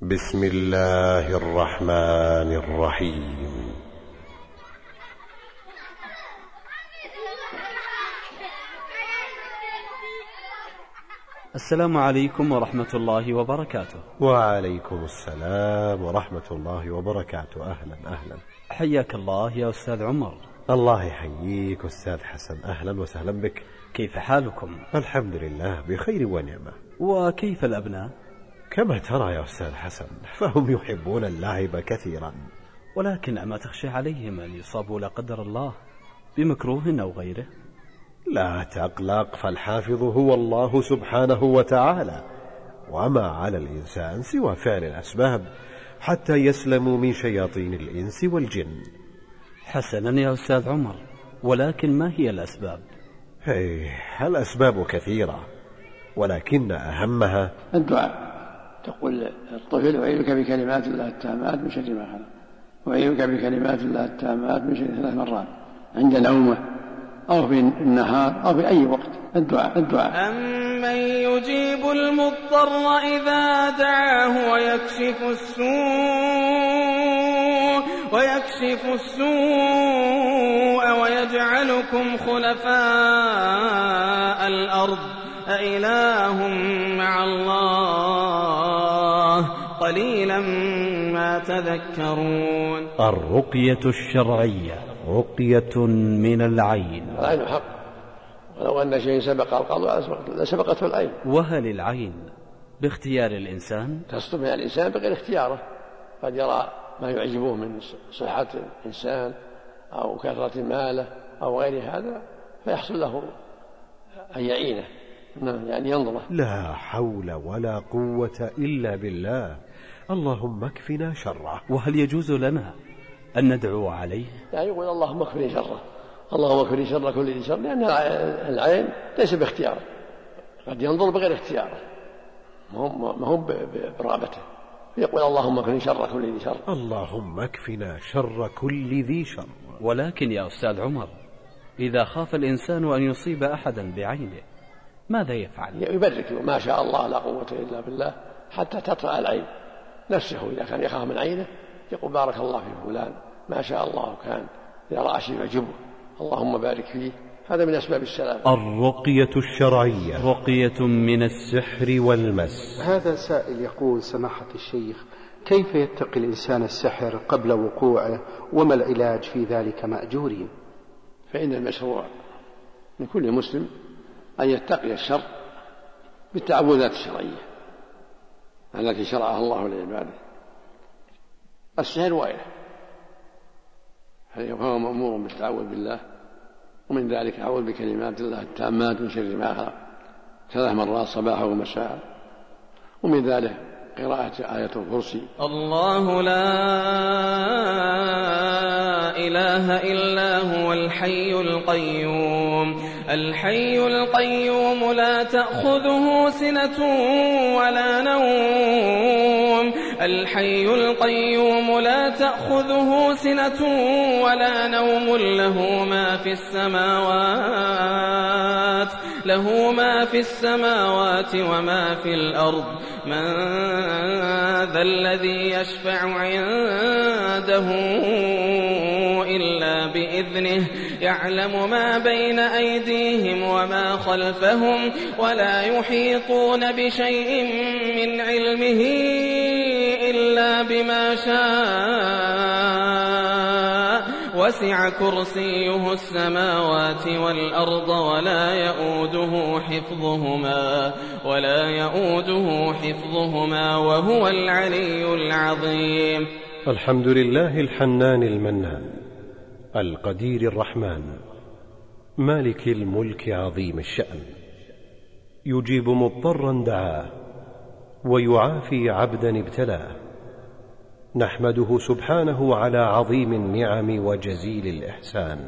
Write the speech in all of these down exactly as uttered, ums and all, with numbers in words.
بسم الله الرحمن الرحيم. السلام عليكم ورحمة الله وبركاته. وعليكم السلام ورحمة الله وبركاته. أهلا أهلا، حياك الله يا أستاذ عمر. الله يحييك أستاذ حسن، أهلا وسهلا بك. كيف حالكم؟ الحمد لله بخير ونعمة. وكيف الأبناء؟ كما ترى يا أستاذ حسن، فهم يحبون اللعب كثيرا، ولكن أما تخشى عليهم أن يصابوا لا قدر الله بمكروه أو غيره؟ لا تقلق، فالحافظ هو الله سبحانه وتعالى، وما على الإنسان سوى فعل الأسباب حتى يسلموا من شياطين الإنس والجن. حسنا يا أستاذ عمر، ولكن ما هي الأسباب؟ هي الأسباب كثيرة، ولكن أهمها الدعاء. تقول الطفل: أعيذك بكلمات الله التامات من شر ما خلق، أعيذك بكلمات الله التامات من شر، ثلاث مرات عند نومه أو في النهار أو في أي وقت. الدعاء الدعاء أمن يجيب المضطر إذا دعاه ويكشف السوء ويكشف السوء ويجعلكم خلفاء الأرض أإله مع الله قليلا ما تذكرون. الرقية الشرعية رقية من العين. العين حق، ولو أن شيء سبق القضاء لسبقته العين. وهل العين باختيار الإنسان؟ تصدم من الإنسان بغير اختياره، قد يرى ما يعجبه من صحة الإنسان أو كثرة ماله أو غير هذا فيحصل له أن يعينه، يعني ينظره. لا حول ولا قوة إلا بالله، اللهم اكفنا شره. وهل يجوز لنا أن ندعو عليه؟ يعني يقول: اللهم اكفني شره، اللهم اكفني شر كل ذي شر، لأن العين ليس باختياره، قد ينظر بغير اختياره، ما هو برغبته، يقول: اللهم اكفني شر كل ذي شر. اللهم اكفنا شر كل ذي شر. ولكن يا أستاذ عمر، إذا خاف الإنسان أن يصيب أحدا بعينه ماذا يفعل؟ يبرك: ما شاء الله لا قوة إلا بالله، حتى تطرأ العين نفسه. إذا كان يخاف من عينه يقول: بارك الله في فلان، ما شاء الله كان، إذا رأى شيء يعجبه اللهم بارك فيه. هذا من أسباب السلام. الرقية الشرعية رقية من السحر والمس. هذا سائل يقول: سماحة الشيخ، كيف يتقي الإنسان السحر قبل وقوعه، وما العلاج في ذلك مأجورين؟ فإن المشروع من كل مسلم أن يتقي الشر بالتعوذات الشرعية التي شرعها الله لعباده. السحر وغيره فهو مأمور بالتعوذ بالله، ومن ذلك أعوذ بكلمات الله التامات من شر ما خلق ثلاث مرات صباحا ومساء، ومن ذلك قراءة آية الكرسي. الله لا إله إلا هو الحي القيوم الحي القيوم لا تأخذه سنة ولا نوم الحي القيوم لا تأخذه سنة ولا نوم له ما في السماوات له ما في السماوات وما في الأرض من ذا الذي يشفع عنده إلا بإذنه يعلم ما بين أيديهم وما خلفهم ولا يحيطون بشيء من علمه إلا بما شاء وسع كرسيه السماوات والأرض ولا يؤوده حفظهما ولا يؤوده حفظهما وهو العلي العظيم. الحمد لله الحنان المنان القدير الرحمن مالك الملك عظيم الشأن، يجيب مضطرا دعاه ويعافي عبدا ابتلاه. نحمده سبحانه على عظيم النعم وجزيل الإحسان،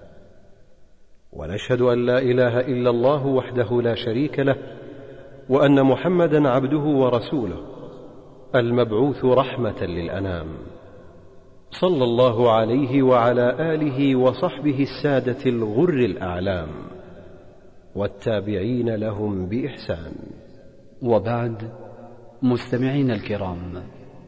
ونشهد أن لا إله إلا الله وحده لا شريك له، وأن محمدا عبده ورسوله المبعوث رحمة للأنام، صلى الله عليه وعلى آله وصحبه السادة الغر الأعلام والتابعين لهم بإحسان. وبعد، مستمعين الكرام،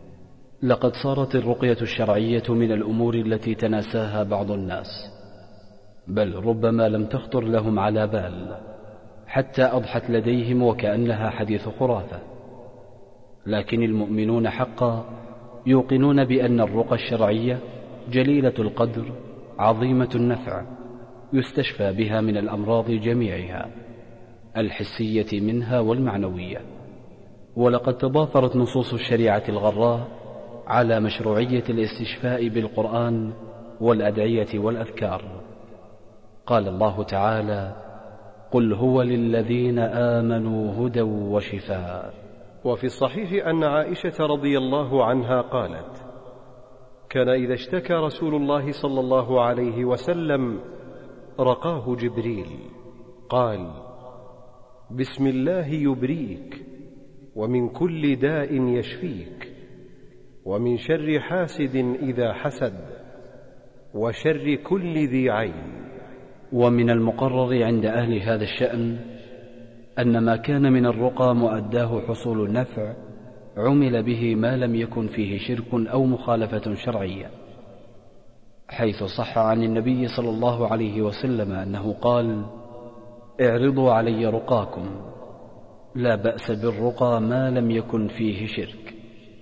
لقد صارت الرقية الشرعية من الأمور التي تناساها بعض الناس، بل ربما لم تخطر لهم على بال حتى أضحت لديهم وكأنها حديث خرافة. لكن المؤمنون حقا يوقنون بأن الرقى الشرعية جليلة القدر عظيمة النفع، يستشفى بها من الأمراض جميعها، الحسية منها والمعنوية. ولقد تضافرت نصوص الشريعة الغراء على مشروعية الاستشفاء بالقرآن والأدعية والأذكار. قال الله تعالى: قل هو للذين آمنوا هدى وشفاء. وفي الصحيح أن عائشة رضي الله عنها قالت: كان إذا اشتكى رسول الله صلى الله عليه وسلم رقاه جبريل، قال: بسم الله يبريك، ومن كل داء يشفيك، ومن شر حاسد إذا حسد، وشر كل ذي عين. ومن المقرر عند أهل هذا الشأن أن ما كان من الرقى مؤداه حصول النفع عمل به ما لم يكن فيه شرك أو مخالفة شرعية، حيث صح عن النبي صلى الله عليه وسلم أنه قال: اعرضوا علي رقاكم، لا بأس بالرقى ما لم يكن فيه شرك.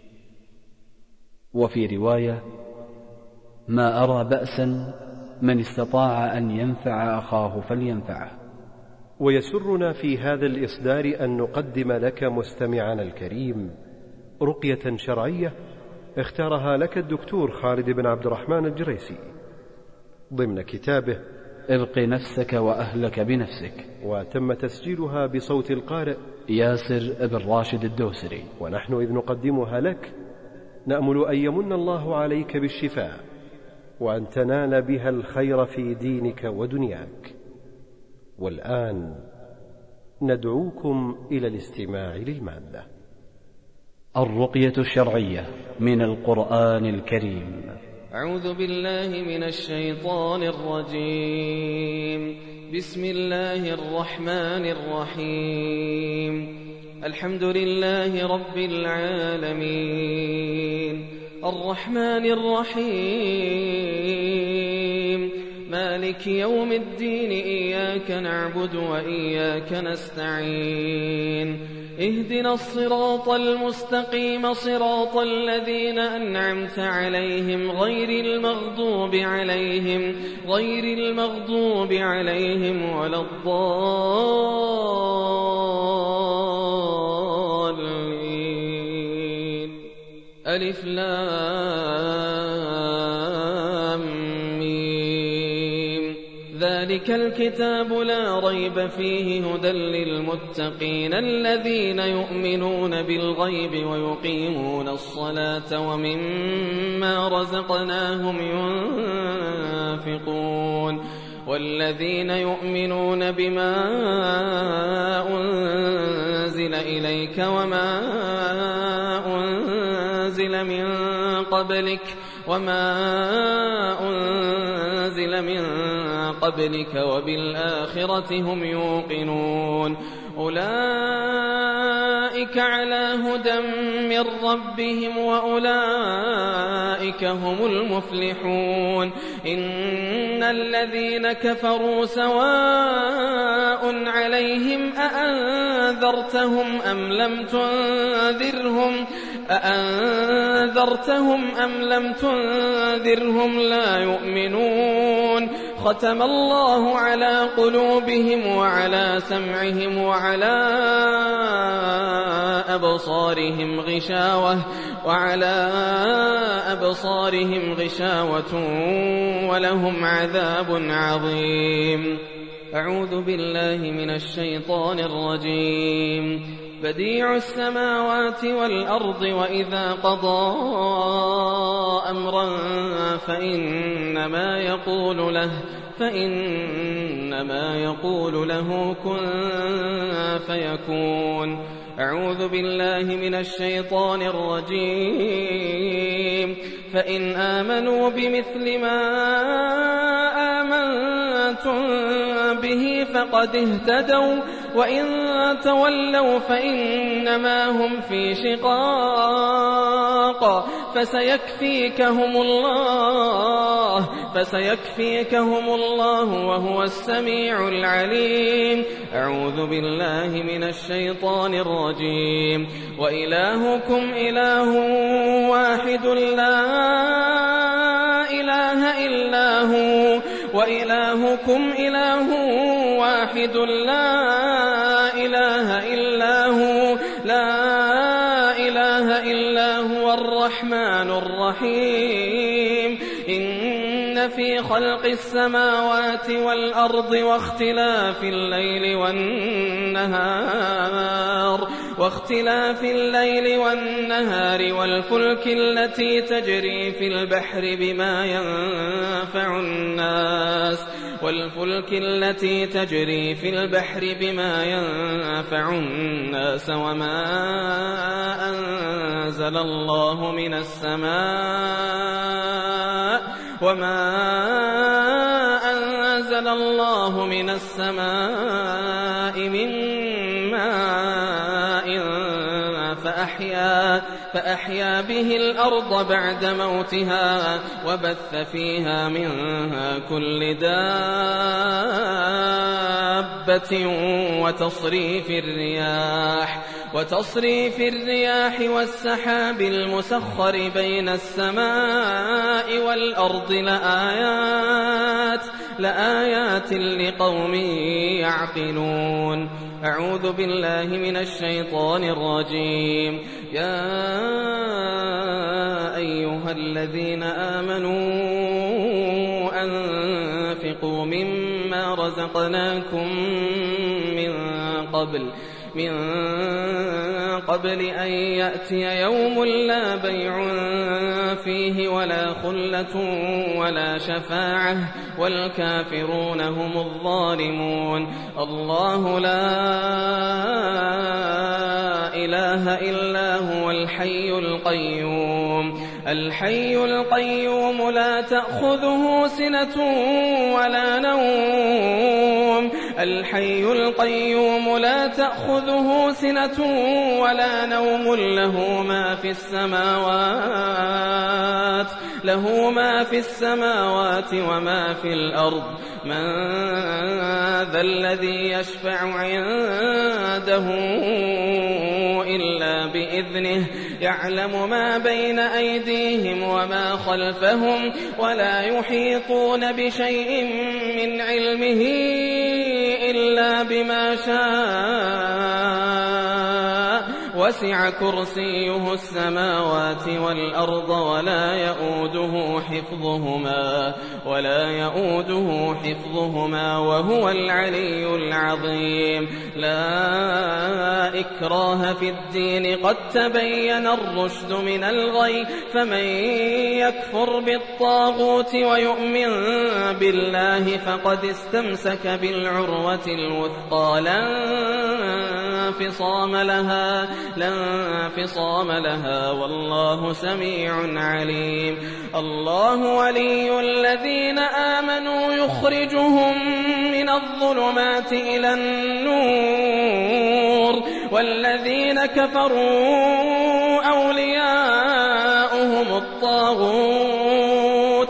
وفي رواية: ما أرى بأسا من استطاع أن ينفع أخاه فلينفعه. ويسرنا في هذا الإصدار أن نقدم لك مستمعنا الكريم رقية شرعية اختارها لك الدكتور خالد بن عبد الرحمن الجريسي ضمن كتابه ارق نفسك وأهلك بنفسك، وتم تسجيلها بصوت القارئ ياسر بن راشد الدوسري. ونحن إذ نقدمها لك نأمل أن يمن الله عليك بالشفاء، وأن تنال بها الخير في دينك ودنياك. والآن ندعوكم إلى الاستماع للمادة. الرقية الشرعية من القرآن الكريم. أعوذ بالله من الشيطان الرجيم. بسم الله الرحمن الرحيم. الحمد لله رب العالمين، الرحمن الرحيم، مالك يوم الدين، إياك نعبد وإياك نستعين، اهدنا الصراط المستقيم، صراط الذين أنعمت عليهم، غير المغضوب عليهم غير المغضوب عليهم ولا الضالين. ألف لام ميم. ذلك الكتاب لا ريب فيه هدى للمتقين الذين يؤمنون بالغيب ويقيمون الصلاة ومما رزقناهم ينفقون والذين يؤمنون بما أنزل إليك وما أنزل من قبلك وما أنزل من قبلك وبالآخرة هم يوقنون أولئك على هدى من ربهم وأولئك هم المفلحون. إن الذين كفروا سواء عليهم أأنذرتهم أم لم تنذرهم أأنذرتهم أم لم تنذرهم لا يؤمنون. ختم الله على قلوبهم وعلى سمعهم وعلى أبصارهم غشاوة وعلى أبصارهم غشاوة ولهم عذاب عظيم. أعوذ بالله من الشيطان الرجيم. بديع السماوات والأرض وإذا قضى أمرا فإنما يقول له فإنما يقول له كن فيكون. أعوذ بالله من الشيطان الرجيم. فإن آمنوا بمثل ما آمنتم به فقد اهتدوا وإن تولوا فإنما هم في شقاق الحق فسيكفيكهم الله فسيكفيكهم الله وهو السميع العليم. أعوذ بالله من الشيطان الرجيم. وإلهكم إله واحد لا إله إلا هو وإلهكم إله واحد لا إله إلا هو لا إله إلا هو الرحمن الرحيم. إن في خلق السماوات والأرض واختلاف الليل والنهار واختلاف الليل والنهار والفلك التي تجري في البحر بما ينفع الناس والفلك التي تجري في البحر بما ينفع الناس وما أنزل الله من السماء وما أنزل الله من السماء من ماء فأحيا فأحيا به الأرض بعد موتها وبث فيها من كل دابة وتصريف الرياح وتصريف الرياح والسحاب المسخر بين السماء والأرض لآيات لآيات لقوم يعقلون. أعوذ بالله من الشيطان الرجيم. يا أيها الذين آمنوا أنفقوا مما رزقناكم من قبل من قبل أن يأتي يوم لا بيع فيه ولا خلة ولا شفاعة والكافرون هم الظالمون. الله لا إله إلا هو الحي القيوم الحي القيوم لا تأخذه سنة ولا نوم الحي القيوم لا تأخذه سنة ولا نوم له ما في السماوات له ما في السماوات وما في الأرض. من ذا الذي يشفع عنده إلا بإذنه يعلم ما بين أيديهم وما خلفهم ولا يحيطون بشيء من علمه إلا بما شاء وسع كرسيه السماوات والأرض ولا يؤوده حفظهما ولا يؤوده حفظهما وهو العلي العظيم. لا إكراه في الدين قد تبين الرشد من الغي فمن يكفر بالطاغوت ويؤمن بالله فقد استمسك بالعروة الوثقى لا انفصام لها لا انفصام لها والله سميع عليم. الله ولي الذين آمنوا يخرجهم من الظلمات إلى النور والذين كفروا أولياؤهم الطاغوت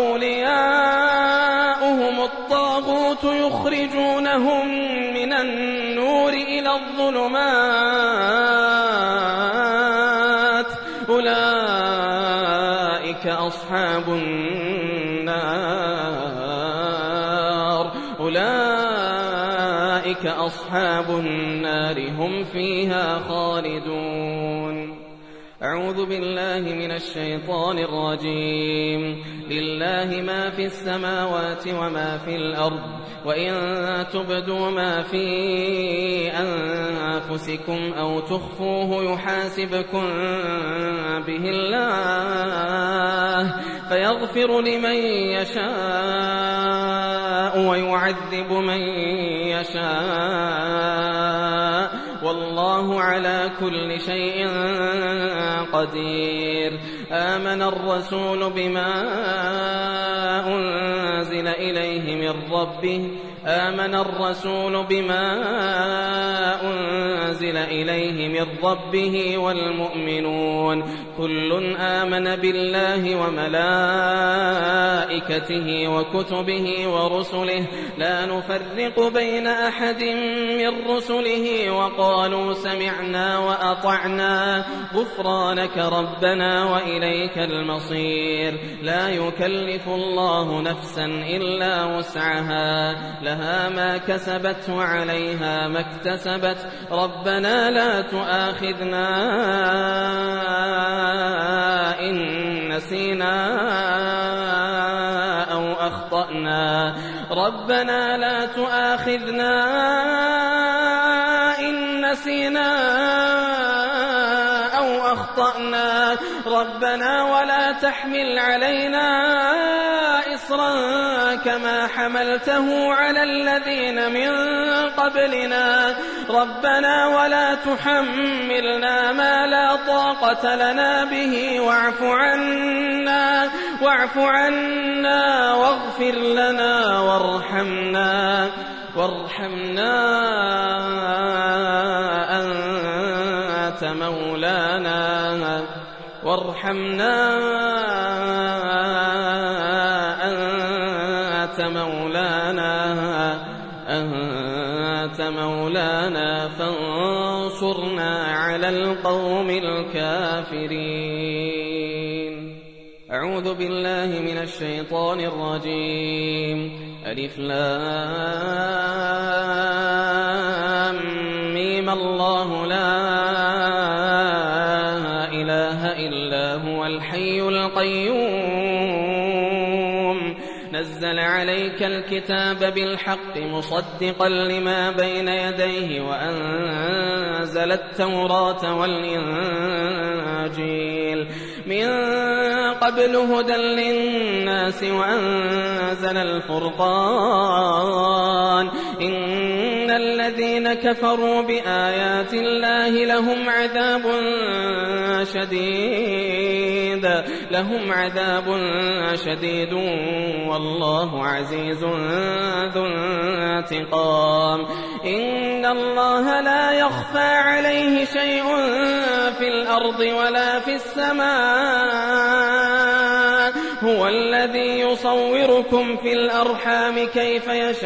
أولياؤهم الطاغوت يخرجونهم من النور إلى الظلمات أولئك أصحاب النار أولئك أصحاب النار هم فيها خالدون. أعوذ بالله من الشيطان الرجيم. لله ما في السماوات وما في الأرض وإن تبدوا ما في أنفسكم أو تخفوه يحاسبكم به الله فيغفر لمن يشاء ويعذب من يشاء والله على كل شيء قدير. آمن الرسول بما أنزل إليه من ربه آمن الرسول بما أنزل إليه من ربه والمؤمنون كل آمن بالله وملائكته وكتبه ورسله لا نفرق بين أحد من رسله وقالوا سمعنا وأطعنا غفرانك ربنا وإليك المصير لا يكلف الله نفسا إلا وسعها لها ما كسبت وعليها ما اكتسبت ربنا لا تؤاخذنا إن نسينا أو أخطأنا ربنا لا تؤاخذنا إن نسينا أو أخطأنا ربنا ولا تحمل علينا إصرا كما حملته على الذين من قبلنا ربنا ولا تحملنا ما لا طاقة لنا به واعف عنا واعف عنا واغفر لنا وارحمنا وارحمنا أنت مولانا وارحمنا أنت مولانا أنت مولانا فانصرنا على القوم الكافرين. أعوذ بالله من الشيطان الرجيم. ألف لام ميم الله لا إله إلا هو الحي القيوم نزل عليك الكتاب بالحق مصدقا لما بين يديه وأنزل التوراة والإنجيل من قبل هدى للناس وأنزل الفرقان إن الذين كفروا بآيات الله لهم عذاب شديد لهم عذاب شديد والله عزيز ذو انتقام. إن الله لا يخفى عليه شيء في الأرض ولا في السماء هو الذي يصوركم في الأرحام كيف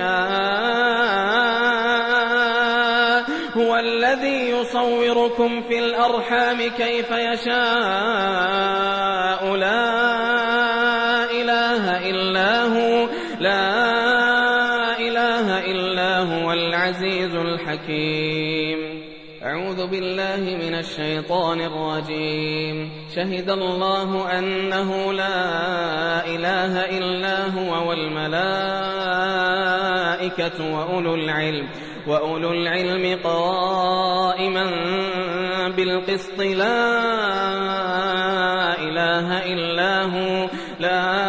يشاء هو الذي يصوركم في الأرحام كيف يشاء لا إله إلا هو لا إله إلا هو العزيز الحكيم. أعوذ بالله من الشيطان الرجيم. شهد الله أنه لا إله إلا هو والملائكة وأولو العلم وأولو العلم قائما بالقسط لا إله إلا هو لا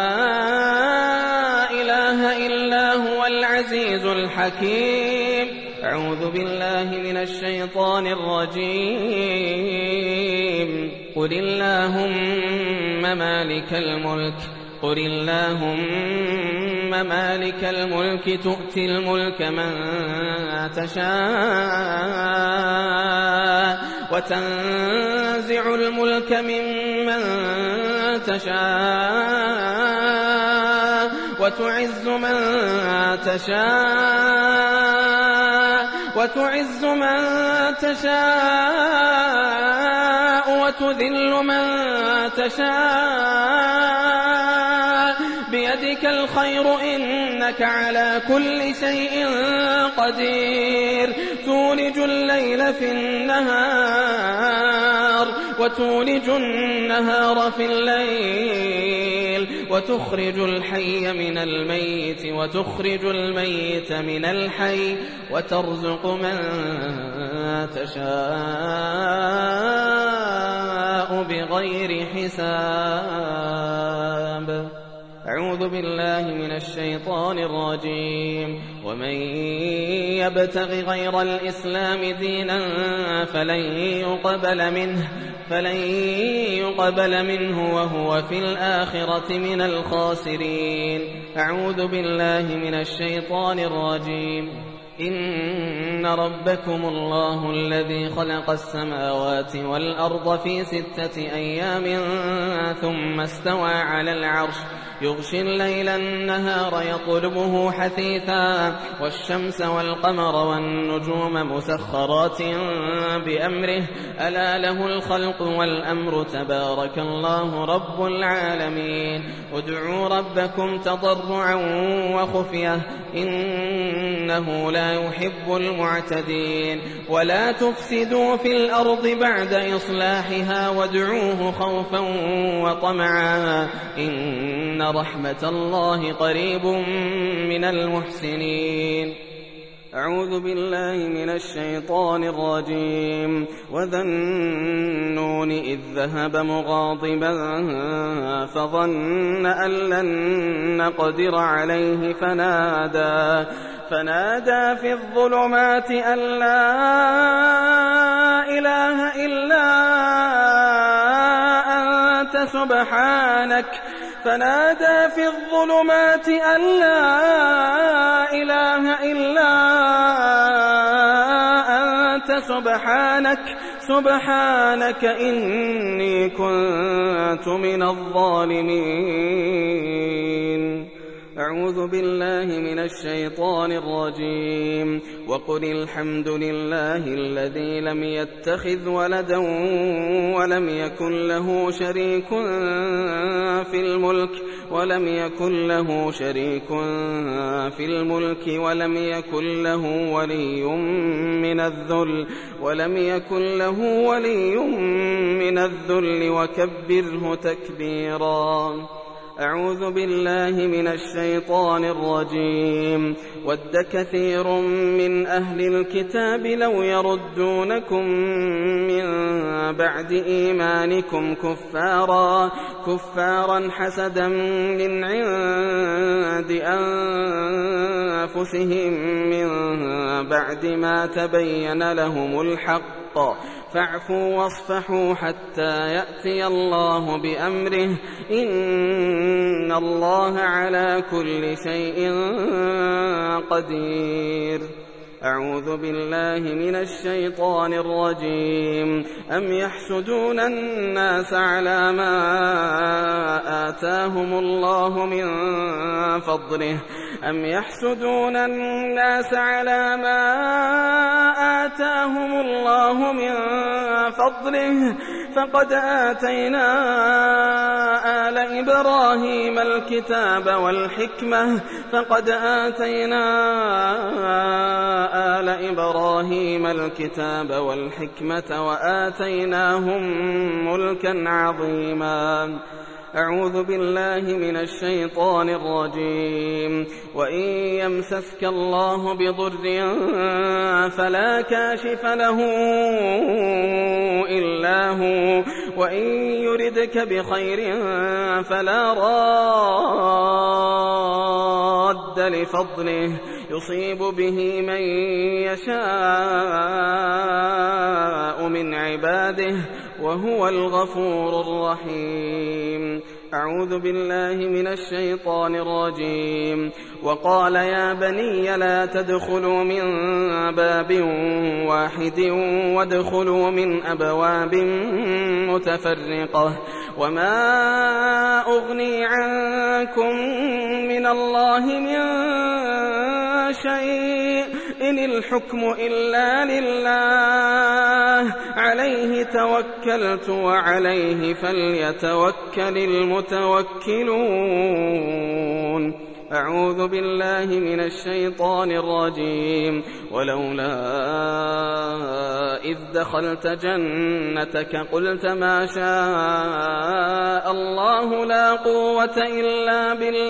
إله إلا هو العزيز الحكيم. أعوذ بالله من الشيطان الرجيم. قل اللهم مالك الملك قل اللهم مالك الملك تؤتي الملك من تشاء وتنزع الملك ممن تشاء وتعز من تشاء وتعز من تشاء وتذل من تشاء بيدك الخير إنك على كل شيء قدير. تولج الليل في النهار وتولج النهار في الليل وتخرج الحي من الميت وتخرج الميت من الحي وترزق من تشاء بغير حساب. أعوذ بالله من الشيطان الرجيم. ومن يبتغ غير الإسلام دينا فلن يقبل منه فلن قبل منه وهو في الآخرة من الخاسرين. أعوذ بالله من الشيطان الرجيم. إن ربكم الله الذي خلق السماوات والأرض في ستة أيام ثم استوى على العرش يغشي الليل النهار يطلبه حثيثا والشمس والقمر والنجوم مسخرات بأمره ألا له الخلق والأمر تبارك الله رب العالمين. ادعوا ربكم تضرعا وخفية إنه لا يحب المعتدين. ولا تفسدوا في الأرض بعد إصلاحها وادعوه خوفا وطمعا إن رحمة الله قريب من المحسنين. أعوذ بالله من الشيطان الرجيم. وذا النون إذ ذهب مغاضبا فظن أن لن نقدر عليه فنادى فنادى في الظلمات أن لا إله إلا أنت سبحانك فنادى في الظلمات أن لا إله إلا أنت سبحانك سبحانك إني كنت من الظالمين. أعوذ بالله من الشيطان الرجيم. وقل الحمد لله الذي لم يتخذ ولدا ولم يكن له شريك في الملك ولم يكن له شريك في الملك ولم يكن له ولي من الذل ولم يكن له ولي من الذل وكبره تكبيرا. أعوذ بالله من الشيطان الرجيم. ود كثير من أهل الكتاب لو يردونكم من بعد إيمانكم كفارا كفارا حسدا من عند أنفسهم من بعد ما تبين لهم الحق فاعفوا واصفحوا حتى يأتي الله بأمره إن الله على كل شيء قدير. أعوذ بالله من الشيطان الرجيم. أم يحسدون الناس على ما آتاهم الله من فضله أم يحسدون الناس على ما آتاهم الله من فضله فقد آتينا آل إبراهيم الكتاب والحكمة فقد آتينا آل إبراهيم الكتاب والحكمة وآتيناهم ملكا عظيما. أعوذ بالله من الشيطان الرجيم. وإن يمسسك الله بضر فلا كاشف له إلا هو وإن يردك بخير فلا راد لفضله يصيب به من يشاء من عباده وهو الغفور الرحيم. أعوذ بالله من الشيطان الرجيم. وقال يا بني لا تدخلوا من باب واحد وادخلوا من أبواب متفرقة وما أغني عنكم من الله من شيء إن الحكم إلا لله عليه توكلت وعليه فليتوكل المتوكلون. أعوذ بالله من الشيطان الرجيم. ولولا إذ دخلت جنتك قلت ما شاء الله لا قوة إلا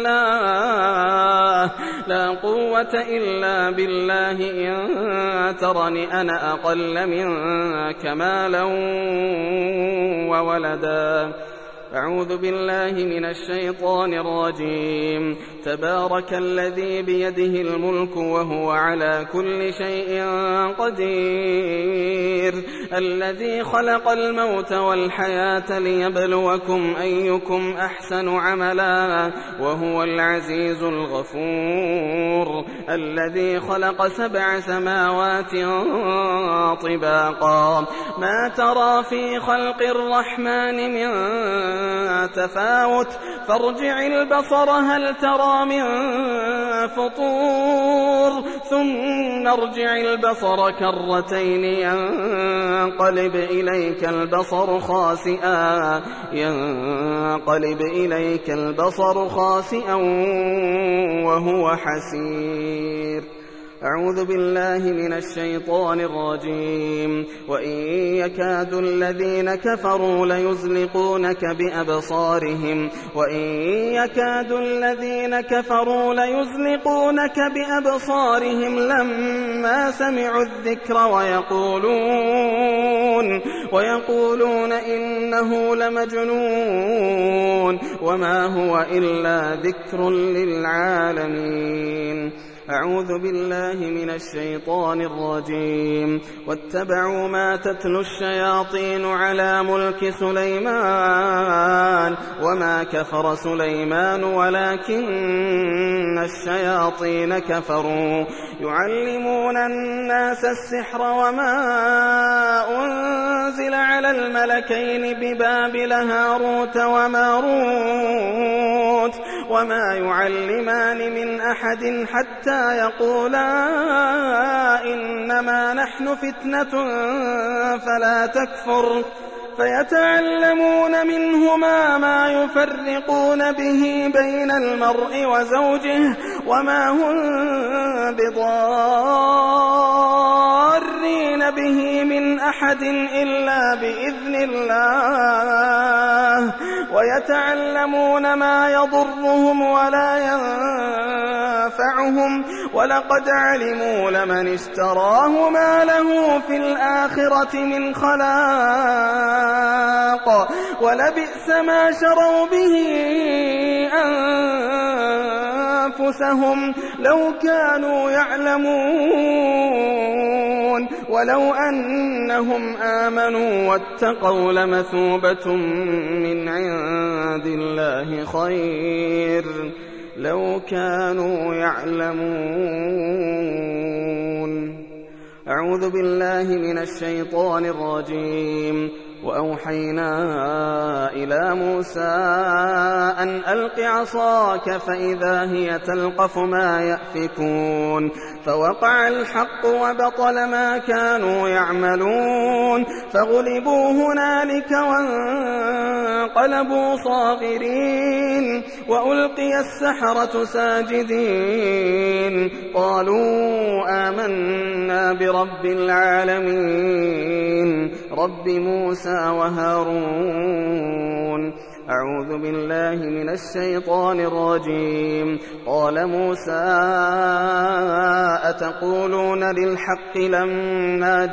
بالله لا قوة إلا بالله إن ترني أنا أقل منك مالا وولدا أعوذ بالله من الشيطان الرجيم. تبارك الذي بيده الملك وهو على كل شيء قدير، الذي خلق الموت والحياة ليبلوكم أيكم أحسن عملا وهو العزيز الغفور، الذي خلق سبع سماوات طباقا ما ترى في خلق الرحمن من تفاوت فارجع البصر هل ترى من فطور ثم ارجع البصر كرتين ينقلب إليك البصر خاسئا ينقلب إليك البصر خاسئا وهو حسير. أعوذ بالله من الشيطان الرجيم. وإن يكاد الذين كفروا ليزلقونك بأبصارهم وإن يكاد الذين كفروا ليزلقونك بأبصارهم لما سمعوا الذكر ويقولون ويقولون إنه لمجنون وما هو إلا ذكر للعالمين. أعوذ بالله من الشيطان الرجيم. واتبعوا ما تتلو الشياطين على ملك سليمان وما كفر سليمان ولكن الشياطين كفروا يعلمون الناس السحر وما أنزل على الملكين ببابل هاروت وماروت وما يعلمان من أحد حتى يقولا إنما نحن فتنة فلا تكفر فيتعلمون منهما ما يفرقون به بين المرء وزوجه وما هم بضارين به من أحد إلا بإذن الله ويتعلمون ما يضرهم ولا ينفعهم ولقد علموا لمن اشتراه ما له في الآخرة من خلاق ولبئس ما شروا به أنفسهم لو كانوا يعلمون ولو أنهم آمنوا واتقوا لمثوبة من عند الله خير لو كانوا يعلمون. أعوذ بالله من الشيطان الرجيم. وأوحينا إلى موسى أن ألق عصاك فإذا هي تلقف ما يأفكون فوقع الحق وبطل ما كانوا يعملون فغلبوا هنالك وانقلبوا صاغرين وألقي السحرة ساجدين قالوا آمنا برب العالمين رب موسى وهارون. أعوذ بالله من الشيطان الرجيم. قال موسى أتقولون للحق لما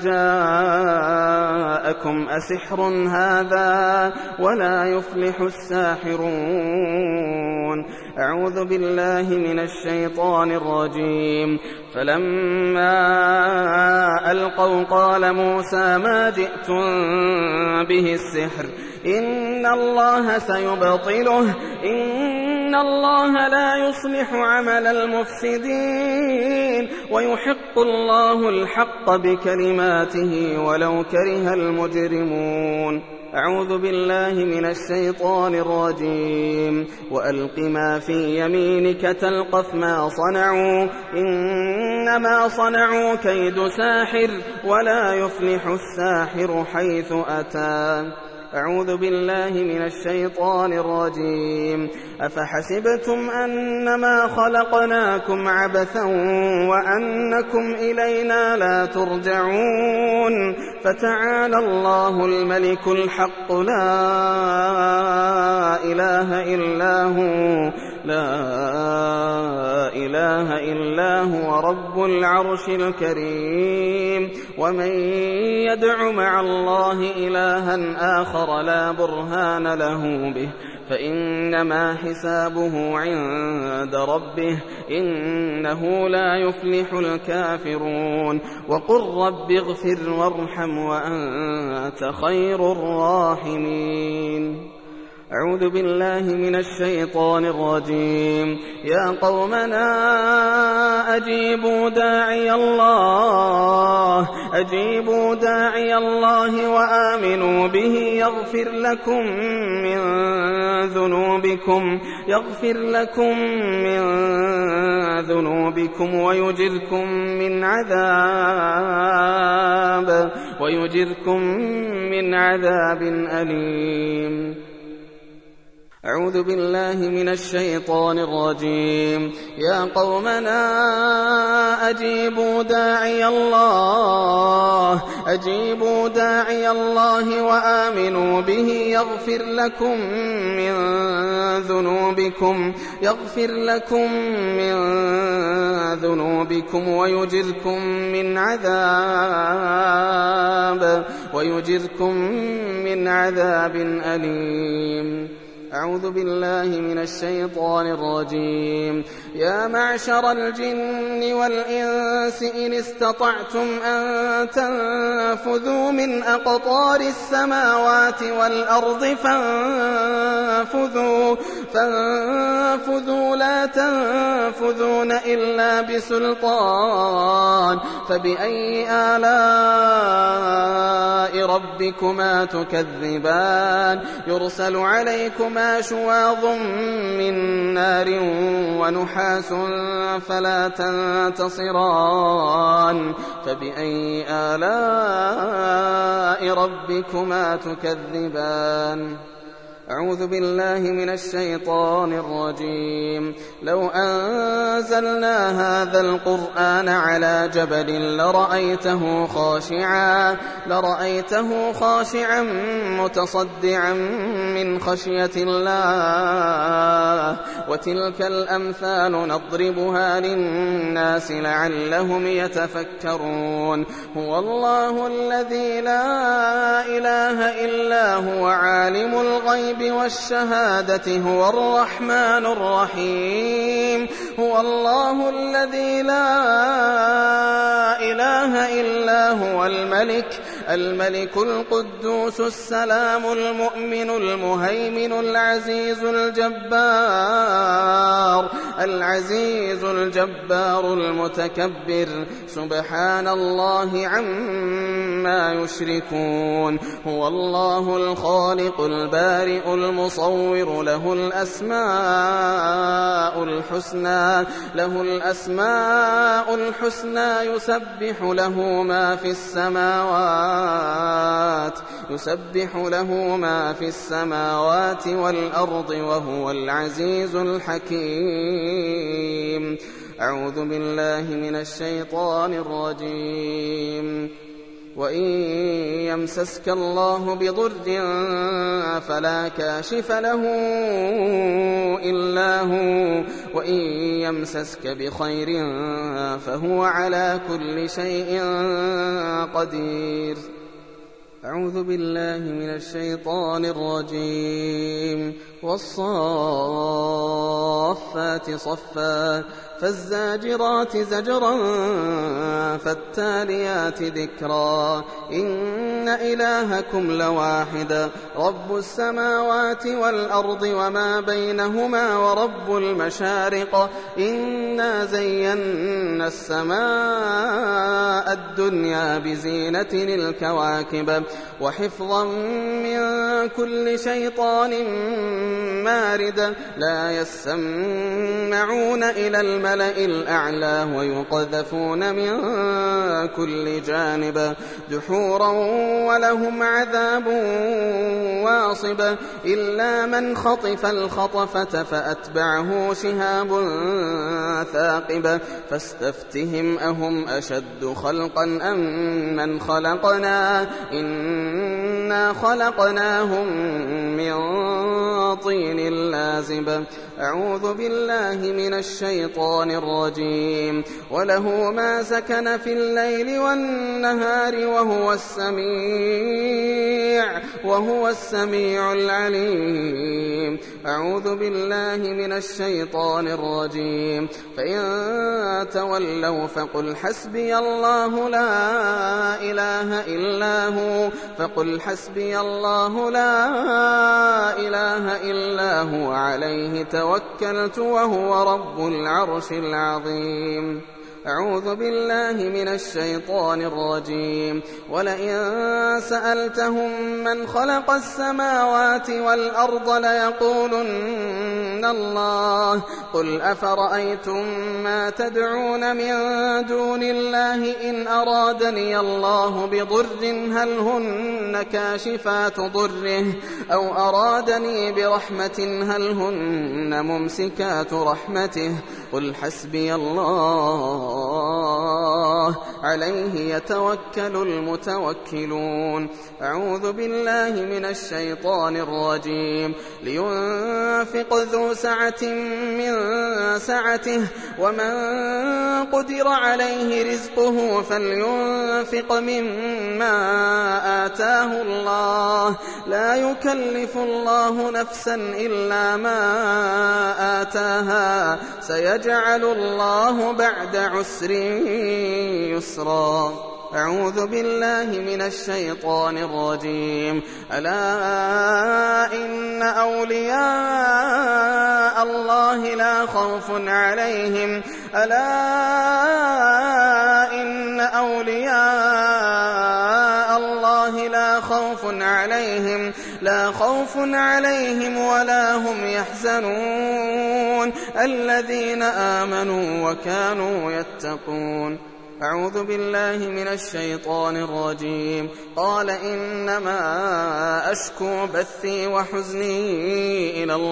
جاءكم أسحر هذا ولا يفلح الساحرون. أعوذ بالله من الشيطان الرجيم. فلما ألقوا قال موسى ما جئتم به السحر إن الله سيبطله إن الله لا يصلح عمل المفسدين ويحق الله الحق بكلماته ولو كره المجرمون. أعوذ بالله من الشيطان الرجيم. وألق ما في يمينك تلقف ما صنعوا إنما صنعوا كيد ساحر ولا يفلح الساحر حيث أتى. أعوذ بالله من الشيطان الرجيم. أفحسبتم أنما خلقناكم عبثا وأنكم إلينا لا ترجعون فتعالى الله الملك الحق لا إله إلا هو لا إله إلا هو رب العرش الكريم. ومن يدع مع الله إلها آخر لا برهان له به فإنما حسابه عند ربه إنه لا يفلح الكافرون. وقل رب اغفر وارحم وأنت خير الراحمين. أعوذ بالله من الشيطان الرجيم. يا قومنا أجيبوا داعي الله أجيبوا داعي الله وآمنوا به يغفر لكم من ذنوبكم يغفر لكم من ذنوبكم ويجركم من عذاب ويجركم من عذاب أليم. أعوذ بالله من الشيطان الرجيم. يا قومنا أجيبوا داعي الله أجيبوا داعي الله وآمنوا به يغفر لكم من ذنوبكم يغفر لكم من ذنوبكم ويجركم من عذاب ويجركم من عذاب أليم. أعوذ بالله من الشيطان الرجيم. يا معشر الجن والإنس إن استطعتم أن تنفذوا من أقطار السماوات والأرض فانفذوا فانفذوا لا تنفذون إلا بسلطان. فبأي آلاء ربكما تكذبان؟ يرسل عليكما شواظ من نار ونحاس فلا تنتصران. فبأي آلاء ربكما تكذبان؟ أعوذ بالله من الشيطان الرجيم. لو أنزلنا هذا القرآن على جبل لرأيته خاشعا لرأيته خاشعا متصدعا من خشية الله. وتلك الأمثال نضربها للناس لعلهم يتفكرون. هو الله الذي لا إله إلا هو عالم الغيب والشهادة هو الرحمن الرحيم. هو الله الذي لا إله إلا هو الملك الملك القدوس السلام المؤمن المهيمن العزيز الجبار العزيز الجبار المتكبر. سبحان الله عما يشركون. هو الله الخالق البارئ المصور له الأسماء الحسنى له الأسماء الحسنى يسبح له ما في السماوات يسبح له ما في السماوات والأرض وهو العزيز الحكيم. أعوذ بالله من الشيطان الرجيم. وإن يمسسك الله بضر فلا كاشف له إلا هو وإن يمسسك بخير فهو على كل شيء قدير. أعوذ بالله من الشيطان الرجيم. والصافات صفا فالزاجرات زجرا فالتاليات ذكرا. إن إلهكم لواحد رب السماوات والأرض وما بينهما ورب المشارق. إنا زينا السماء الدنيا بزينة الكواكب وحفظا من كل شيطان مارد. لا يسمعون إلى الملأ الأعلى ويقذفون من كل جانب دحورا ولهم عذاب واصب. إلا من خطف الخطفة فأتبعه شهاب ثاقب. فاستفتهم أهم أشد خلقا أم من خلقنا إنا خلقناهم من طين لازب. كاذب. أعوذ بالله من الشيطان الرجيم. وله ما سكن في الليل والنهار وهو السميع وهو السميع العليم. أعوذ بالله من الشيطان الرجيم. فإن تولوا فقل حسبي الله لا إله إلا هو فقل حسبي الله لا إله إلا هو عليه توكلت وهو رب العرش العظيم. أعوذ بالله من الشيطان الرجيم. ولئن سألتهم من خلق السماوات والأرض ليقولن الله. قل أفرأيتم ما تدعون من دون الله إن أرادني الله بضر هل هن كاشفات ضره أو أرادني برحمة هل هن ممسكات رحمته. قل حسبي الله عليه يتوكل المتوكلون. أعوذ بالله من الشيطان الرجيم. لينفق ذو سعة من سعته ومن قدر عليه رزقه فلينفق مما آتاه الله لا يكلف الله نفسا إلا ما آتاها سيجعل الله بعد عسر يسرا. أعوذ بالله من الشيطان الرجيم. ألا إن أولياء الله لا خوف عليهم ألا إن أولياء الله لا خوف عليهم لا خوف عليهم ولا هم يحزنون الذين آمنوا وكانوا يتقون. أعوذ بالله من الشيطان الرجيم. قال إنما أشكو بثي وحزني إلى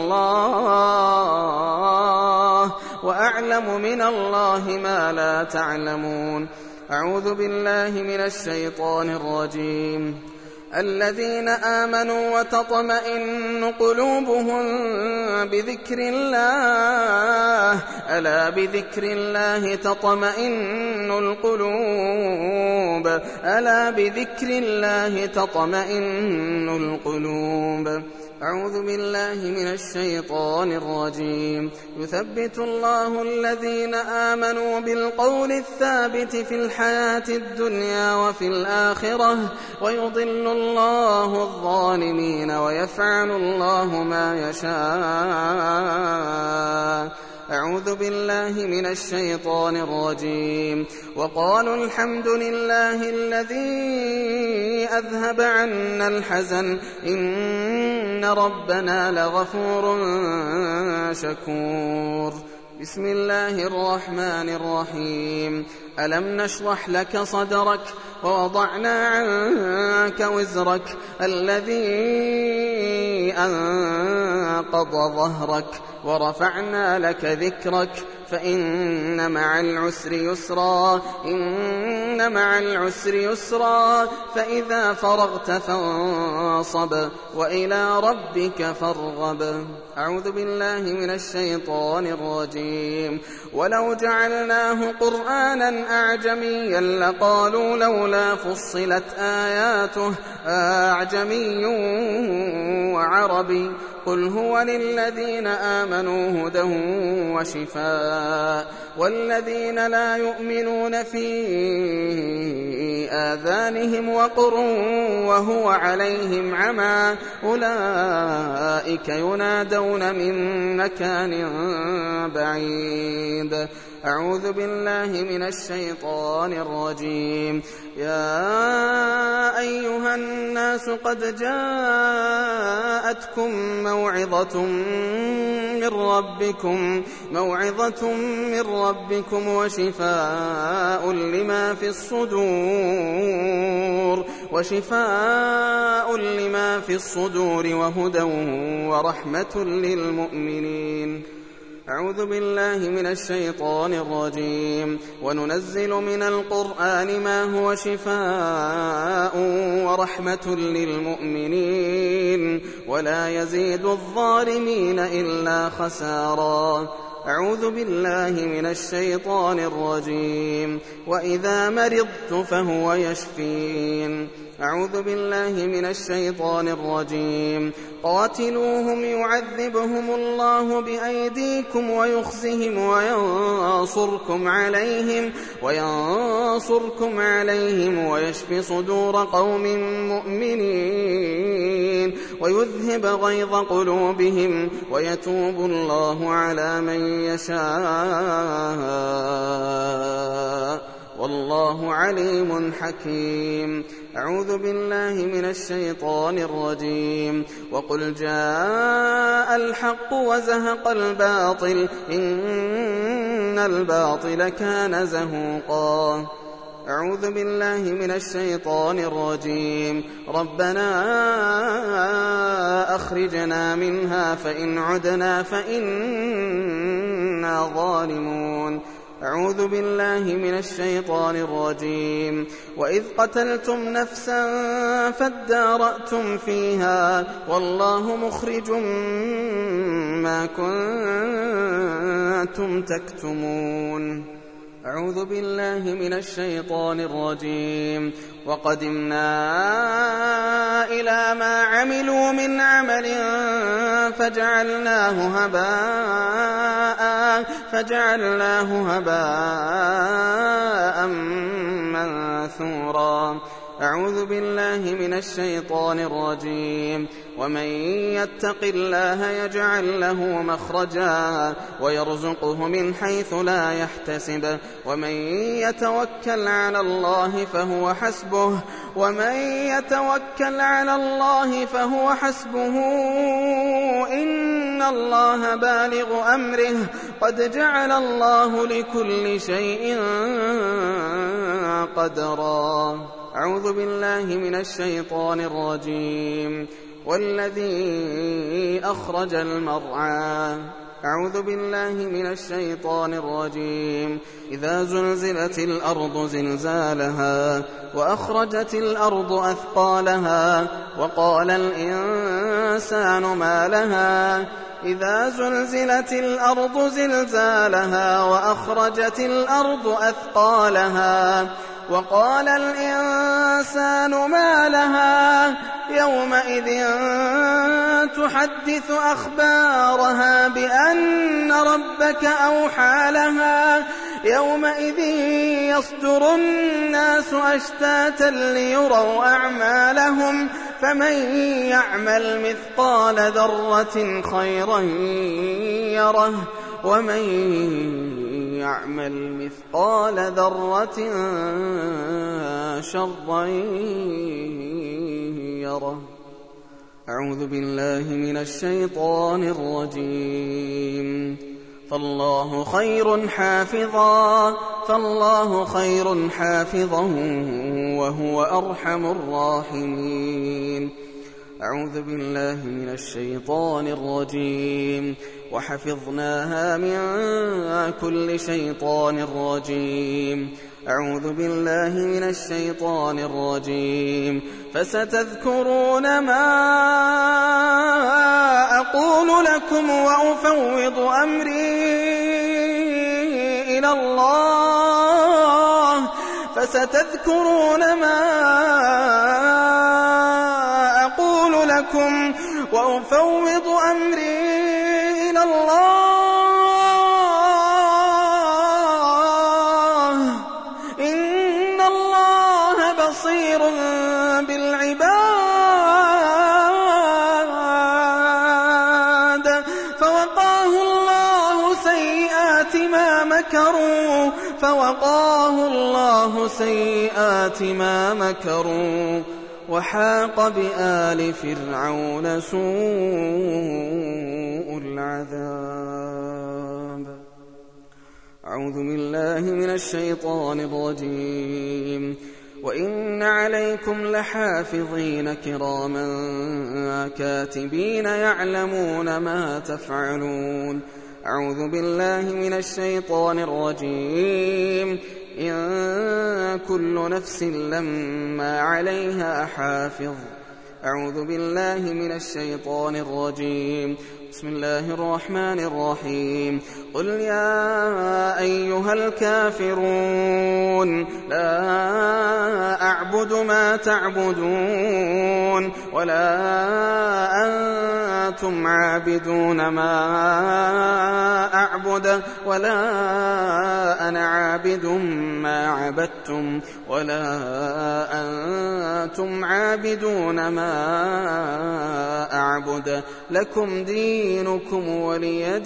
الله وأعلم من الله ما لا تعلمون. أعوذ بالله من الشيطان الرجيم. الذين آمنوا وتطمئن قلوبهم بذكر الله ألا بذكر الله تطمئن القلوب ألا بذكر الله تطمئن القلوب. أعوذ بالله من الشيطان الرجيم. يثبت الله الذين آمنوا بالقول الثابت في الحياة الدنيا وفي الآخرة ويضل الله الظالمين ويفعل الله ما يشاء. أعوذ بالله من الشيطان الرجيم. وقالوا الحمد لله الذي أذهب عنا الحزن إن ربنا لغفور شكور. بسم الله الرحمن الرحيم. ألم نشرح لك صدرك ووضعنا عنك وزرك الذي أنقض ظهرك ورفعنا لك ذكرك فإن مع العسر يسرا إن مع العسر يسرا فإذا فرغت فانصب وإلى ربك فارغب. أعوذ بالله من الشيطان الرجيم. ولو جعلناه قرآنا أعجميا لقالوا لولا فصلت آياته أعجمي وعربي قل هو للذين آمنوا هدى وشفاء والذين لا يؤمنون في آذانهم وقر وهو عليهم عمى أولئك ينادون من مكان بعيد. أعوذ بالله من الشيطان الرجيم. يا أيها الناس قد جاءتكم موعظة من ربكم موعظة من ربكم وشفاء لما في الصدور وشفاء لما في الصدور وهدى ورحمة للمؤمنين. أعوذ بالله من الشيطان الرجيم. وننزل من القرآن ما هو شفاء ورحمة للمؤمنين ولا يزيد الظالمين إلا خسارا. أعوذ بالله من الشيطان الرجيم. وإذا مرضت فهو يشفين. أعوذ بالله من الشيطان الرجيم. قاتلوهم يعذبهم الله بأيديكم ويخزهم وينصركم عليهم وينصركم عليهم ويشف صدور قوم مؤمنين ويذهب غيظ قلوبهم ويتوب الله على من يشاء والله عليم حكيم. أعوذ بالله من الشيطان الرجيم. وقل جاء الحق وزهق الباطل إن الباطل كان زهوقا. أعوذ بالله من الشيطان الرجيم. ربنا أخرجنا منها فإن عدنا فإنا ظالمون. أعوذ بالله من الشيطان الرجيم. وإذ قتلتم نفسا فادارأتم فيها والله مخرج ما كنتم تكتمون. أعوذ بالله من الشيطان الرجيم. وقدمنا إلى ما عملوا من عمل فجعلناه هباء فجعلناه هباء منثورا. أعوذ بالله من الشيطان الرجيم. ومن يتق الله يجعل له مخرجا ويرزقه من حيث لا يحتسب ومن يتوكل على الله فهو حسبه ومن يتوكل على الله فهو حسبه إن الله بالغ أمره قد جعل الله لكل شيء قدرا. أعوذ بالله من الشيطان الرجيم. والذي أخرج المرعى. أعوذ بالله من الشيطان الرجيم. إذا زلزلت الأرض زلزالها وأخرجت الأرض أثقالها وقال الإنسان ما لها إذا زلزلت الأرض زلزالها وأخرجت الأرض أثقالها وقال الإنسان ما لها يومئذ تحدث أخبارها بأن ربك أوحى لها يومئذ يصدر الناس أشتاتا ليروا أعمالهم فمن يعمل مثقال ذرة خيرا يره ومن يعمل مثقال ذرة شرا يره. أعوذ بالله من الشيطان الرجيم. فالله خير حافظا فالله خير حافظا وهو أرحم الراحمين. أعوذ بالله من الشيطان الرجيم. وحفظناها من كل شيطان رجيم. أعوذ بالله من الشيطان الرجيم. فستذكرون ما أقول لكم وأفوض أمري إلى الله فستذكرون ما أقول لكم وأفوض أمري إلى الله إن الله بصير بالعباد. فوقاه الله سيئات ما مكروا فوقاه الله سيئات ما مكروا وحاق بآل فرعون سوء العذاب. أعوذ بالله من الشيطان الرجيم. وإن عليكم لحافظين كراما كاتبين يعلمون ما تفعلون. أعوذ بالله من الشيطان الرجيم. إن كل نفس لما عليها حافظ. أعوذ بالله من الشيطان الرجيم. بسم الله الرحمن الرحيم. قل يا أيها الكافرون لا أعبد ما تعبدون ولا أنتم عابدون ما أعبد ولا أنا عابد ما عبدتم ولا أنتم عابدون ما أعبد لكم دينكم ولي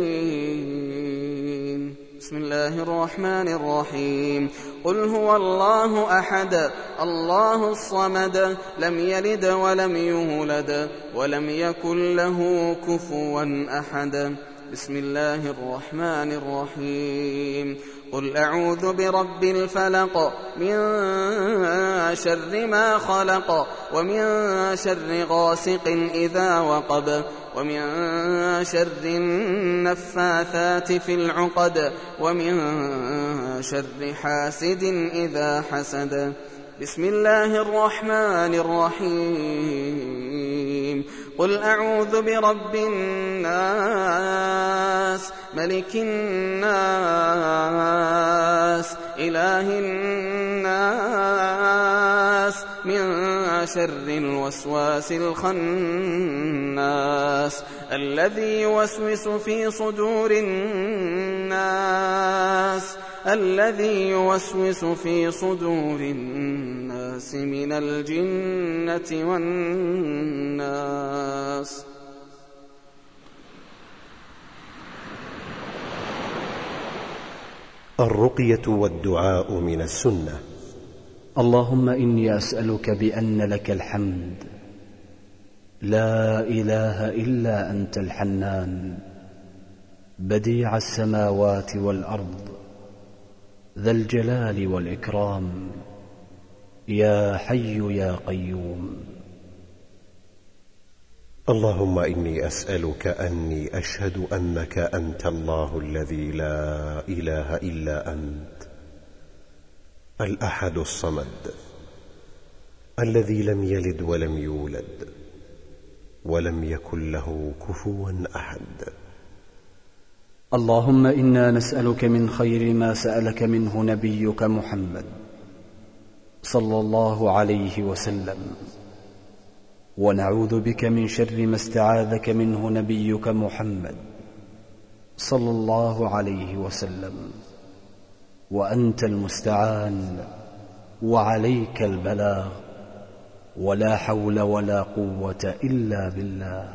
دين. بسم الله الرحمن الرحيم. قل هو الله أحد الله الصمد لم يلد ولم يولد ولم يكن له كفوا أحد. بسم الله الرحمن الرحيم. قل أعوذ برب الفلق من شر ما خلق ومن شر غاسق إذا وقب ومن شر النفاثات في العقد ومن شر حاسد إذا حسد. بسم الله الرحمن الرحيم. قل أعوذ برب الناس ملك الناس إله الناس من شر الوسواس الخناس الذي يوسوس في صدور الناس الذي يوسوس في صدور الناس من الجنة والناس. الرقية والدعاء من السنة. اللهم إني أسألك بأن لك الحمد لا إله إلا أنت الحنان بديع السماوات والأرض ذا الجلال والإكرام يا حي يا قيوم. اللهم إني أسألك أني أشهد أنك أنت الله الذي لا إله إلا أنت الأحد الصمد الذي لم يلد ولم يولد ولم يكن له كفوا أحد. اللهم إنا نسألك من خير ما سألك منه نبيك محمد صلى الله عليه وسلم ونعوذ بك من شر ما استعاذك منه نبيك محمد صلى الله عليه وسلم وأنت المستعان وعليك البلاغ ولا حول ولا قوة إلا بالله.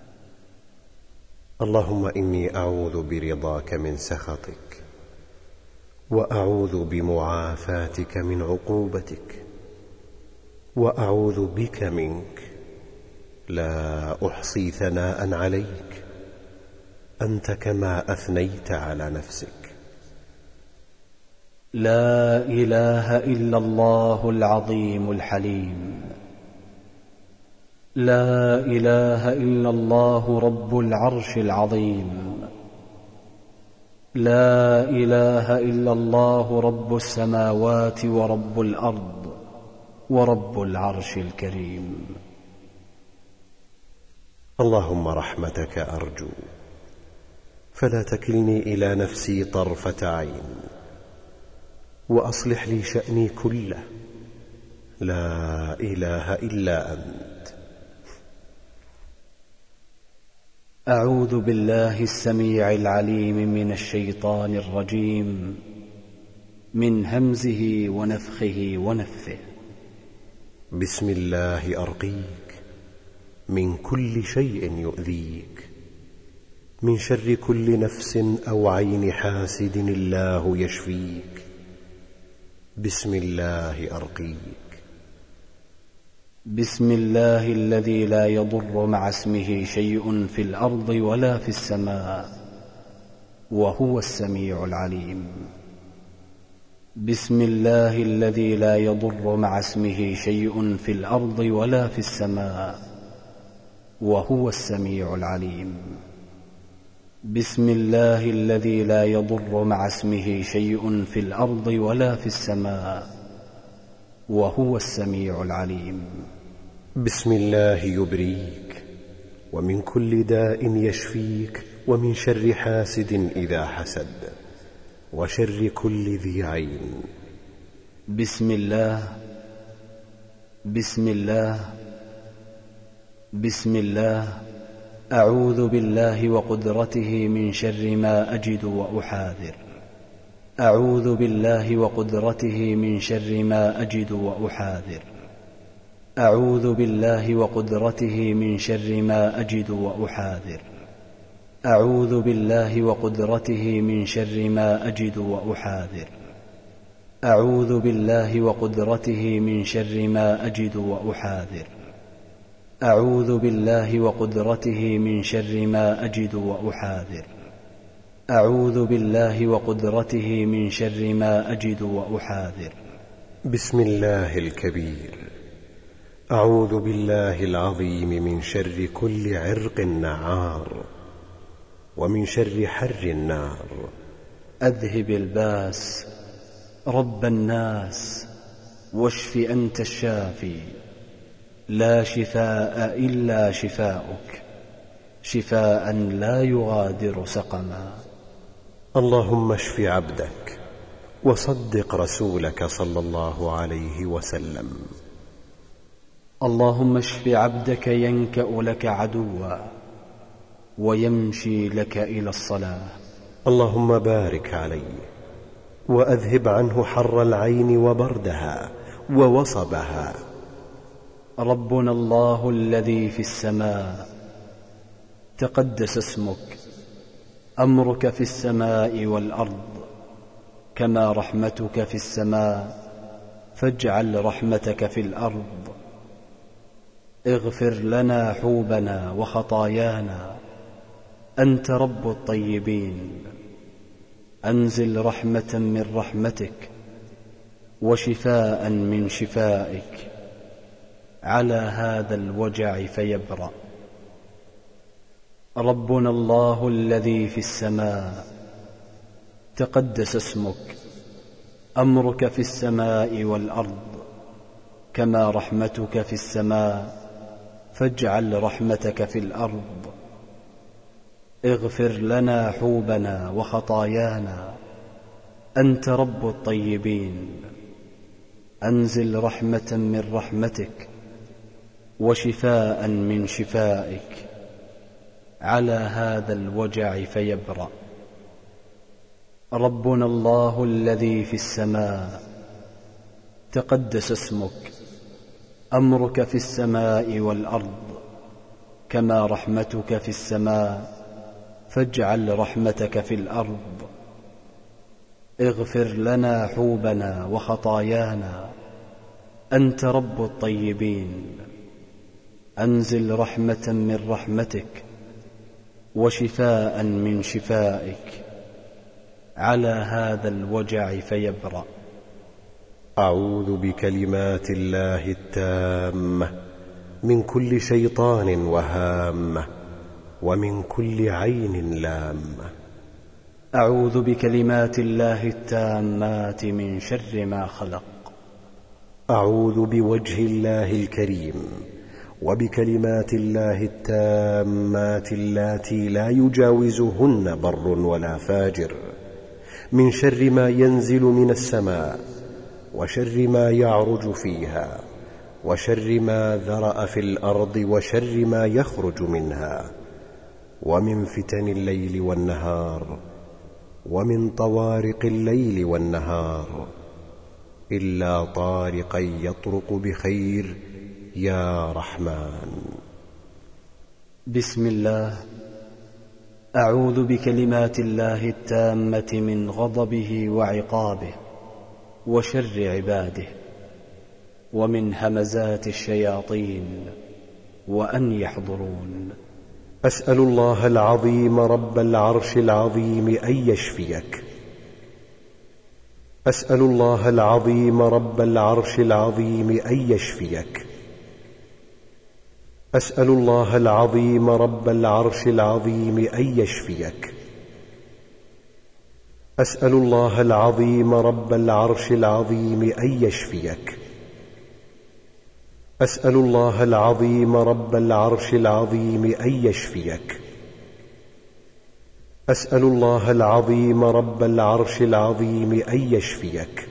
اللهم إني أعوذ برضاك من سخطك وأعوذ بمعافاتك من عقوبتك وأعوذ بك منك لا أحصي ثناء عليك أنت كما أثنيت على نفسك. لا إله إلا الله العظيم الحليم لا إله إلا الله رب العرش العظيم لا إله إلا الله رب السماوات ورب الأرض ورب العرش الكريم. اللهم رحمتك أرجو فلا تكلني إلى نفسي طرفة عين وأصلح لي شأني كله لا إله إلا أنت. أعوذ بالله السميع العليم من الشيطان الرجيم من همزه ونفخه ونفثه. بسم الله أرقيك من كل شيء يؤذيك من شر كل نفس أو عين حاسد الله يشفيك. بسم الله أرقيك. بسم الله الذي لا يضر مع اسمه شيء في الأرض ولا في السماء وهو السميع العليم. بسم الله الذي لا يضر مع اسمه شيء في الأرض ولا في السماء وهو السميع العليم. بسم الله الذي لا يضر مع اسمه شيء في الأرض ولا في السماء وهو السميع العليم. بسم الله يبريك ومن كل داء يشفيك ومن شر حاسد إذا حسد وشر كل ذي عين. بسم الله بسم الله بسم الله أعوذ بالله وقدرته من شر ما أجد وأحاذر. أعوذ بالله وقدرته من شر ما أجد وأحاذر. أعوذ بالله وقدرته من شر ما أجد وأحاذر. أعوذ بالله وقدرته من شر ما أجد وأحاذر. أعوذ بالله وقدرته من شر ما أجد وأحاذر. أعوذ بالله وقدرته من شر ما أجد وأحاذر. أعوذ بالله وقدرته من شر ما أجد وأحاذر. بسم الله الكبير. أعوذ بالله العظيم من شر كل عرق نعار ومن شر حر النار. أذهب الباس رب الناس واشف أنت الشافي لا شفاء إلا شفاؤك شفاء لا يغادر سقما. اللهم اشف عبدك وصدق رسولك صلى الله عليه وسلم. اللهم اشف عبدك ينكأ لك عدوا ويمشي لك إلى الصلاة. اللهم بارك عليه وأذهب عنه حر العين وبردها ووصبها. ربنا الله الذي في السماء تقدس اسمك. أمرك في السماء والأرض كما رحمتك في السماء فاجعل رحمتك في الأرض. اغفر لنا حوبنا وخطايانا أنت رب الطيبين. أنزل رحمة من رحمتك وشفاء من شفائك على هذا الوجع فيبرأ. ربنا الله الذي في السماء تقدس اسمك. أمرك في السماء والأرض كما رحمتك في السماء فاجعل رحمتك في الأرض. اغفر لنا حوبنا وخطايانا أنت رب الطيبين. أنزل رحمة من رحمتك وشفاء من شفائك على هذا الوجع فيبرأ. ربنا الله الذي في السماء تقدس اسمك. أمرك في السماء والأرض كما رحمتك في السماء فاجعل رحمتك في الأرض. اغفر لنا حوبنا وخطايانا أنت رب الطيبين. أنزل رحمة من رحمتك وشفاء من شفائك على هذا الوجع فيبرأ. أعوذ بكلمات الله التامة من كل شيطان وهامة ومن كل عين لامة. أعوذ بكلمات الله التامات من شر ما خلق. أعوذ بوجه الله الكريم وبكلمات الله التامات اللاتي لا يجاوزهن بر ولا فاجر من شر ما ينزل من السماء وشر ما يعرج فيها وشر ما ذرأ في الأرض وشر ما يخرج منها ومن فتن الليل والنهار ومن طوارق الليل والنهار إلا طارقا يطرق بخير يا رحمن. بسم الله. أعوذ بكلمات الله التامة من غضبه وعقابه وشر عباده ومن همزات الشياطين وأن يحضرون. أسأل الله العظيم رب العرش العظيم أن يشفيك. أسأل الله العظيم رب العرش العظيم أن يشفيك. أسأل الله العظيم رب العرش العظيم أن يشفيك. أسأل الله العظيم رب العرش العظيم أن يشفيك. أسأل الله العظيم رب العرش العظيم أن يشفيك. أسأل الله العظيم رب العرش العظيم أن يشفيك.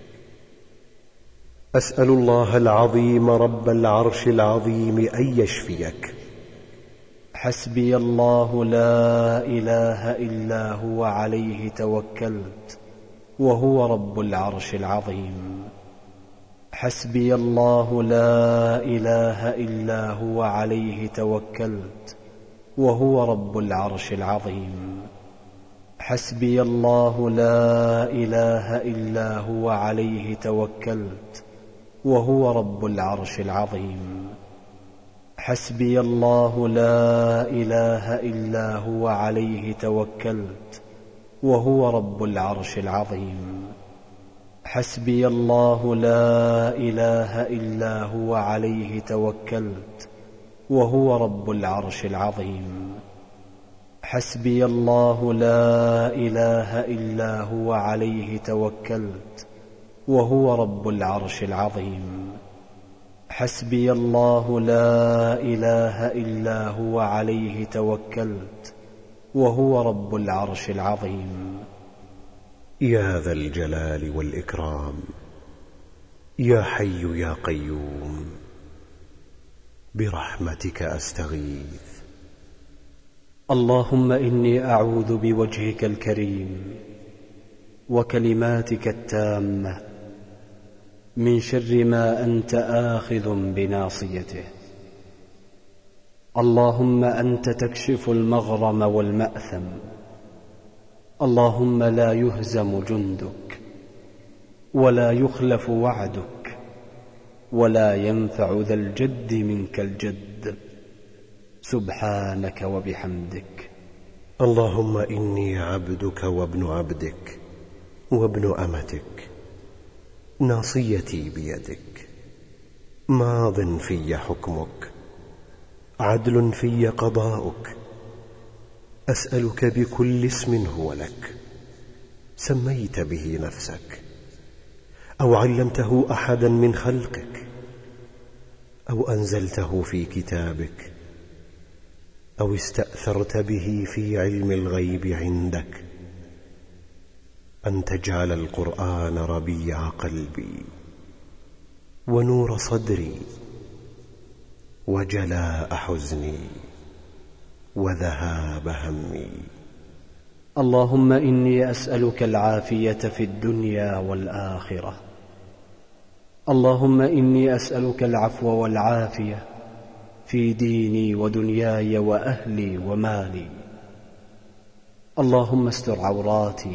أسأل الله العظيم رب العرش العظيم أن يشفيك. حسبي الله لا إله إلا هو عليه توكلت وهو رب العرش العظيم. حسبي الله لا إله إلا هو عليه توكلت وهو رب العرش العظيم. حسبي الله لا إله إلا هو عليه توكلت وهو رب العرش العظيم. حسبي الله لا إله إلا هو عليه توكلت وهو رب العرش العظيم. حسبي الله لا إله إلا هو عليه توكلت وهو رب العرش العظيم. حسبي الله لا إله إلا هو عليه توكلت وهو رب العرش العظيم. حسبي الله لا إله إلا هو عليه توكلت وهو رب العرش العظيم. يا ذا الجلال والإكرام، يا حي يا قيوم، برحمتك أستغيث. اللهم إني أعوذ بوجهك الكريم وكلماتك التامة من شر ما أنت آخذ بناصيته. اللهم أنت تكشف المغرم والمأثم. اللهم لا يهزم جندك ولا يخلف وعدك ولا ينفع ذا الجد منك الجد، سبحانك وبحمدك. اللهم إني عبدك وابن عبدك وابن أمتك، ناصيتي بيدك، ماض في حكمك، عدل في قضاؤك. أسألك بكل اسم هو لك سميت به نفسك أو علمته أحدا من خلقك أو أنزلته في كتابك أو استأثرت به في علم الغيب عندك، أن تجعل القرآن ربيع قلبي ونور صدري وجلاء حزني وذهاب همي. اللهم إني أسألك العافية في الدنيا والآخرة. اللهم إني أسألك العفو والعافية في ديني ودنياي وأهلي ومالي. اللهم استر عوراتي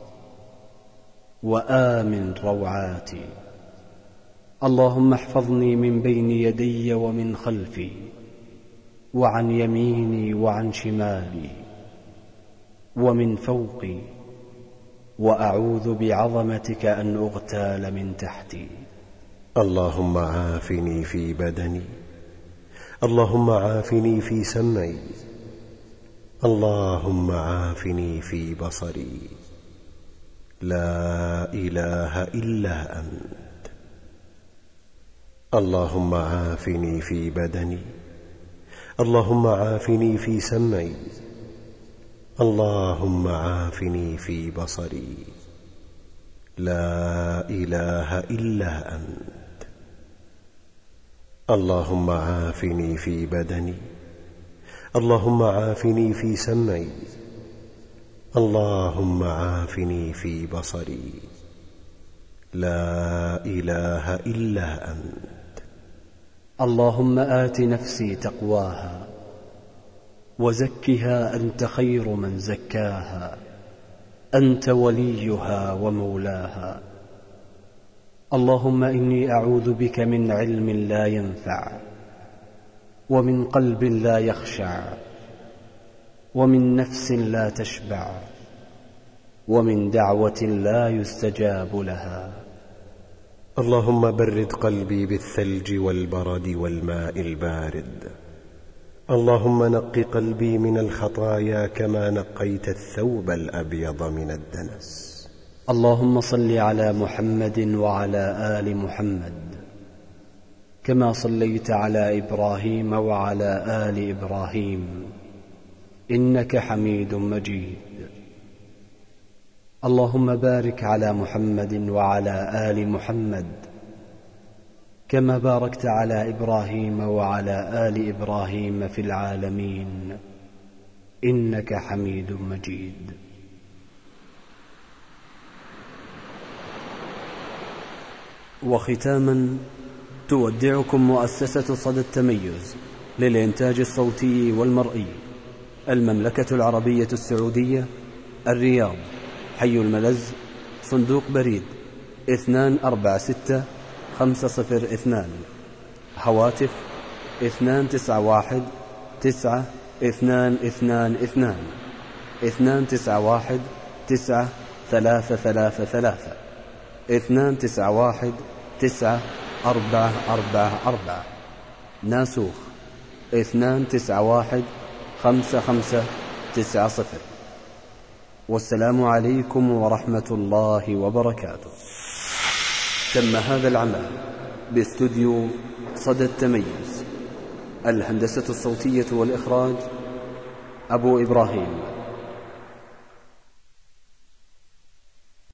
وآمن روعاتي. اللهم احفظني من بين يدي ومن خلفي وعن يميني وعن شمالي ومن فوقي، وأعوذ بعظمتك أن أغتال من تحتي. اللهم عافني في بدني، اللهم عافني في سمعي، اللهم عافني في بصري. لا إله إلا أنت. اللهم عافني في بدني، اللهم عافني في سمعي، اللهم عافني في بصري. لا إله إلا أنت. اللهم عافني في بدني، اللهم عافني في سمعي، اللهم عافني في بصري. لا إله إلا أنت. اللهم آت نفسي تقواها وزكها أنت خير من زكاها، أنت وليها ومولاها. اللهم إني أعوذ بك من علم لا ينفع ومن قلب لا يخشع ومن نفس لا تشبع ومن دعوة لا يستجاب لها. اللهم برد قلبي بالثلج والبرد والماء البارد، اللهم نق قلبي من الخطايا كما نقيت الثوب الأبيض من الدنس. اللهم صل على محمد وعلى آل محمد كما صليت على إبراهيم وعلى آل إبراهيم إنك حميد مجيد. اللهم بارك على محمد وعلى آل محمد كما باركت على إبراهيم وعلى آل إبراهيم في العالمين إنك حميد مجيد. وختاما تودعكم مؤسسة صدى التميز للإنتاج الصوتي والمرئي، المملكة العربية السعودية، الرياض، حي الملز، صندوق بريد اثنان أربعة ستة خمسة صفر اثنان، هواتف اثنان تسعة واحد تسعة اثنان اثنان اثنان اثنان تسعة واحد تسعة ثلاثة ثلاثة ثلاثة اثنان تسعة واحد تسعة أربعة أربعة أربعة، ناسوخ اثنان تسعة واحد خمسة خمسة تسعة صفر. والسلام عليكم ورحمة الله وبركاته. تم هذا العمل باستوديو صدى التميز، الهندسة الصوتية والإخراج أبو إبراهيم.